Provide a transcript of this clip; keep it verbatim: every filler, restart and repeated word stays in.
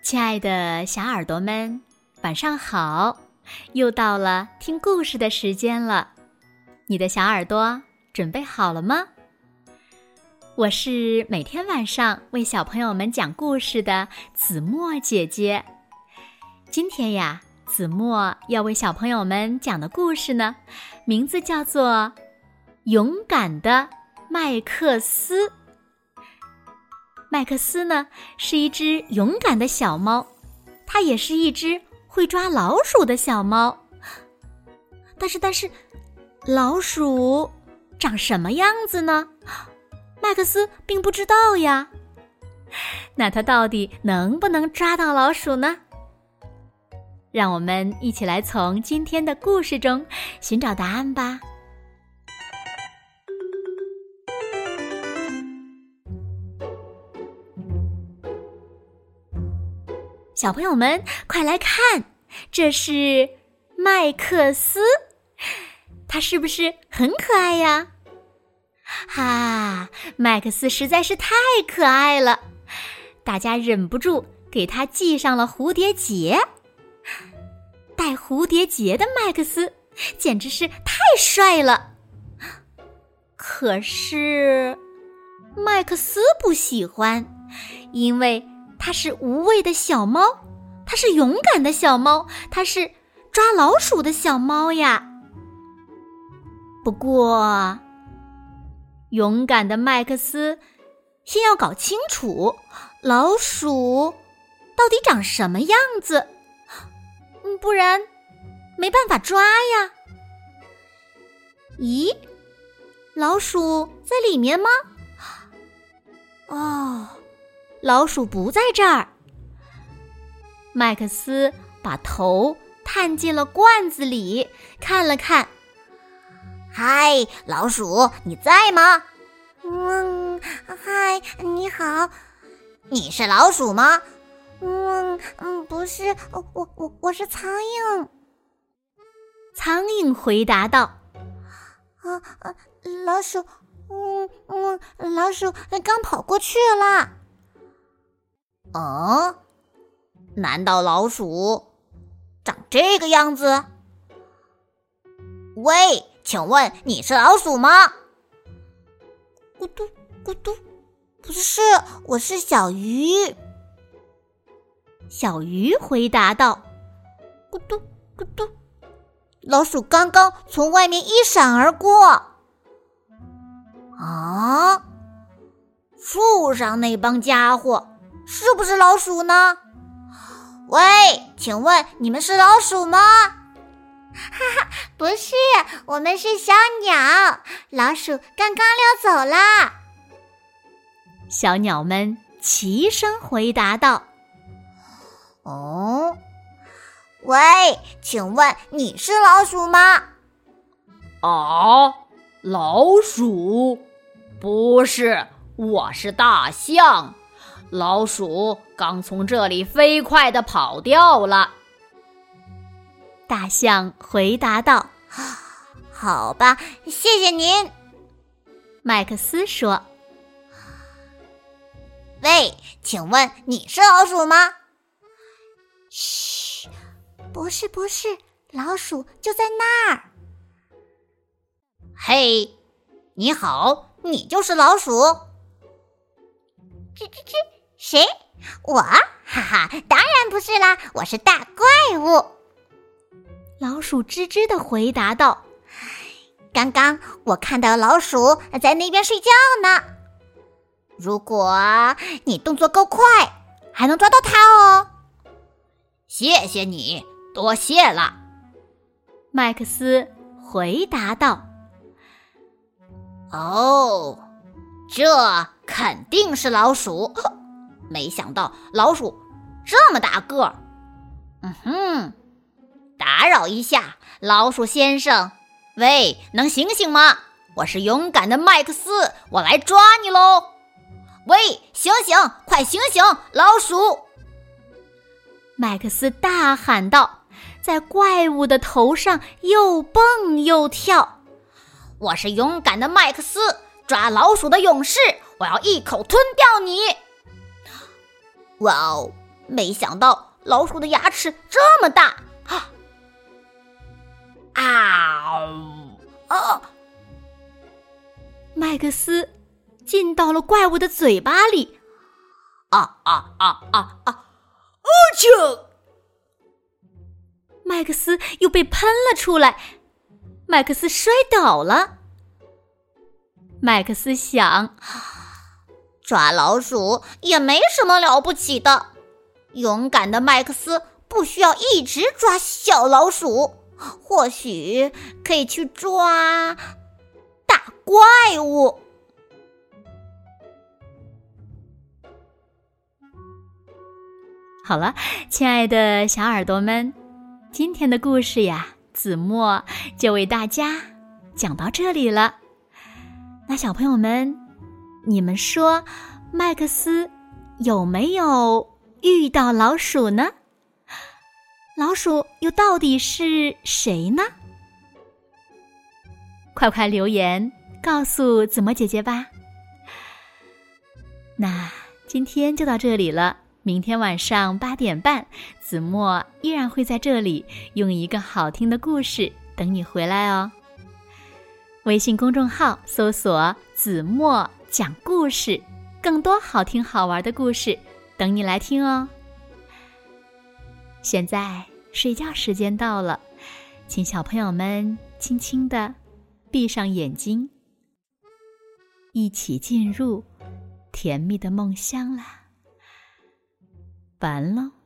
亲爱的小耳朵们，晚上好！又到了听故事的时间了，你的小耳朵准备好了吗？我是每天晚上为小朋友们讲故事的子墨姐姐。今天呀，子墨要为小朋友们讲的故事呢，名字叫做《勇敢的麦克斯》。麦克斯呢，是一只勇敢的小猫，它也是一只会抓老鼠的小猫。但是，但是，老鼠长什么样子呢？麦克斯并不知道呀。那它到底能不能抓到老鼠呢？让我们一起来从今天的故事中寻找答案吧。小朋友们，快来看，这是麦克斯，他是不是很可爱呀？哈，麦克斯实在是太可爱了，大家忍不住给他系上了蝴蝶结。戴蝴蝶结的麦克斯简直是太帅了。可是麦克斯不喜欢，因为它是无畏的小猫，它是勇敢的小猫，它是抓老鼠的小猫呀。不过勇敢的麦克斯先要搞清楚老鼠到底长什么样子，不然没办法抓呀。咦，老鼠在里面吗？哦，老鼠不在这儿。麦克斯把头探进了罐子里，看了看。 嗨，老鼠，你在吗？ 嗯，嗨，你好。 你是老鼠吗？ 嗯嗯，不是，我我我是苍蝇。 苍蝇回答道： 啊啊，老鼠，嗯嗯，老鼠刚跑过去了。 哦，难道老鼠长这个样子？喂，请问你是老鼠吗？ 咕嘟咕嘟，不是，我是小鱼。 小鱼回答道： 咕嘟咕嘟，老鼠刚刚从外面一闪而过。 啊，树上那帮家伙是不是老鼠呢？喂，请问你们是老鼠吗？ 哈哈，不是，我们是小鸟，老鼠刚刚溜走了。 小鸟们齐声回答道： 哦，喂，请问你是老鼠吗？ 啊，老鼠？不是，我是大象。老鼠刚从这里飞快地跑掉了。 大象回答道： 好吧，谢谢您。 麦克斯说： 喂，请问你是老鼠吗？ 嘘，不是不是，老鼠就在那儿。 嘿，你好，你就是老鼠？ 吱吱吱，谁？我？哈哈，当然不是啦，我是大怪物。 老鼠吱吱地回答道： 刚刚我看到老鼠在那边睡觉呢。 如果你动作够快，还能抓到它哦。谢谢你，多谢了。 麦克斯回答道： 哦，这肯定是老鼠。没想到老鼠这么大个儿。嗯哼，打扰一下，老鼠先生，喂，能醒醒吗？我是勇敢的麦克斯，我来抓你喽！喂，醒醒，快醒醒，老鼠！ 麦克斯大喊道，在怪物的头上又蹦又跳。 我是勇敢的麦克斯，抓老鼠的勇士，我要一口吞掉你！哇哦， 没想到老鼠的牙齿这么大！啊！啊！ 麦克斯进到了怪物的嘴巴里。 啊啊啊啊啊！哦啾！ 麦克斯又被喷了出来，麦克斯摔倒了。麦克斯想， 抓老鼠也没什么了不起的，勇敢的麦克斯不需要一直抓小老鼠，或许可以去抓大怪物。 好了，亲爱的小耳朵们，今天的故事呀，子墨就为大家讲到这里了。那小朋友们，你们说麦克斯有没有遇到老鼠呢？老鼠又到底是谁呢？快快留言告诉子墨姐姐吧。那今天就到这里了，明天晚上八点半，子墨依然会在这里用一个好听的故事等你回来哦。微信公众号搜索子墨讲故事，更多好听好玩的故事等你来听哦。现在睡觉时间到了，请小朋友们轻轻地闭上眼睛，一起进入甜蜜的梦乡啦。晚安喽。